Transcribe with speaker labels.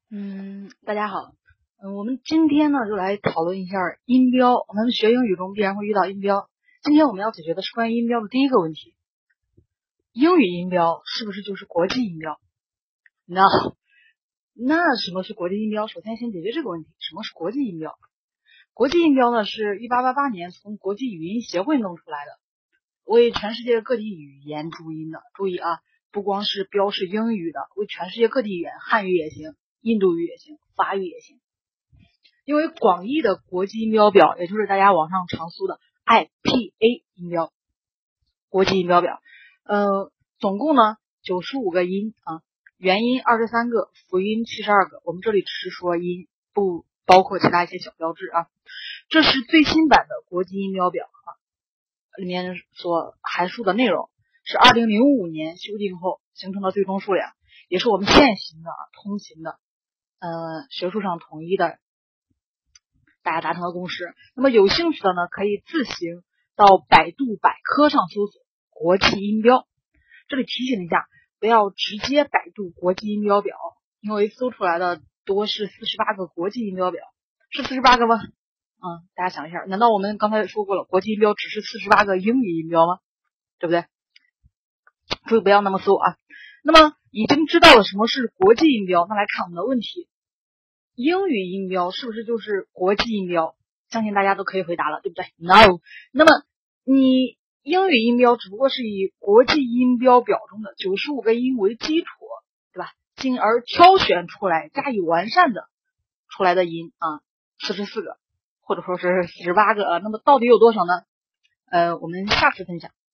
Speaker 1: 大家好，我们今天呢就来讨论一下音标。我们学英语中必然会遇到音标，今天我们要解决的是关于音标的第一个问题：英语音标是不是就是国际音标 ？No， 那什么是国际音标？首先先解决这个问题，什么是国际音标？国际音标呢是1888年从国际语音协会弄出来的，为全世界各地语言注音的。注意啊，不光是标示英语的，为全世界各地语言，汉语也行，印度语也行，法语也行。因为广义的国际音标表，也就是大家网上常搜的 IPA 音标，国际音标表，总共呢95个音啊，元音23个，辅音72个。我们这里只是说音，不包括其他一些小标志啊。这是最新版的国际音标表啊，里面所函数的内容是2005年修订后形成的最终数量，也是我们现行的通行的学术上统一的大家达成的共识。那么有兴趣的呢，可以自行到百度百科上搜索国际音标。这里提醒一下，不要直接百度国际音标表，因为搜出来的多是48个国际音标表，是48个吗？大家想一下，难道我们刚才说过了，国际音标只是48个英语音标吗？对不对？注意不要那么搜啊。那么已经知道了什么是国际音标，那来看我们的问题。英语音标是不是就是国际音标？相信大家都可以回答了，对不对 ？No。那么你英语音标只不过是以国际音标表中的95个音为基础，对吧？进而挑选出来加以完善的出来的音啊，44个，或者说是48个啊。那么到底有多少呢？我们下次分享。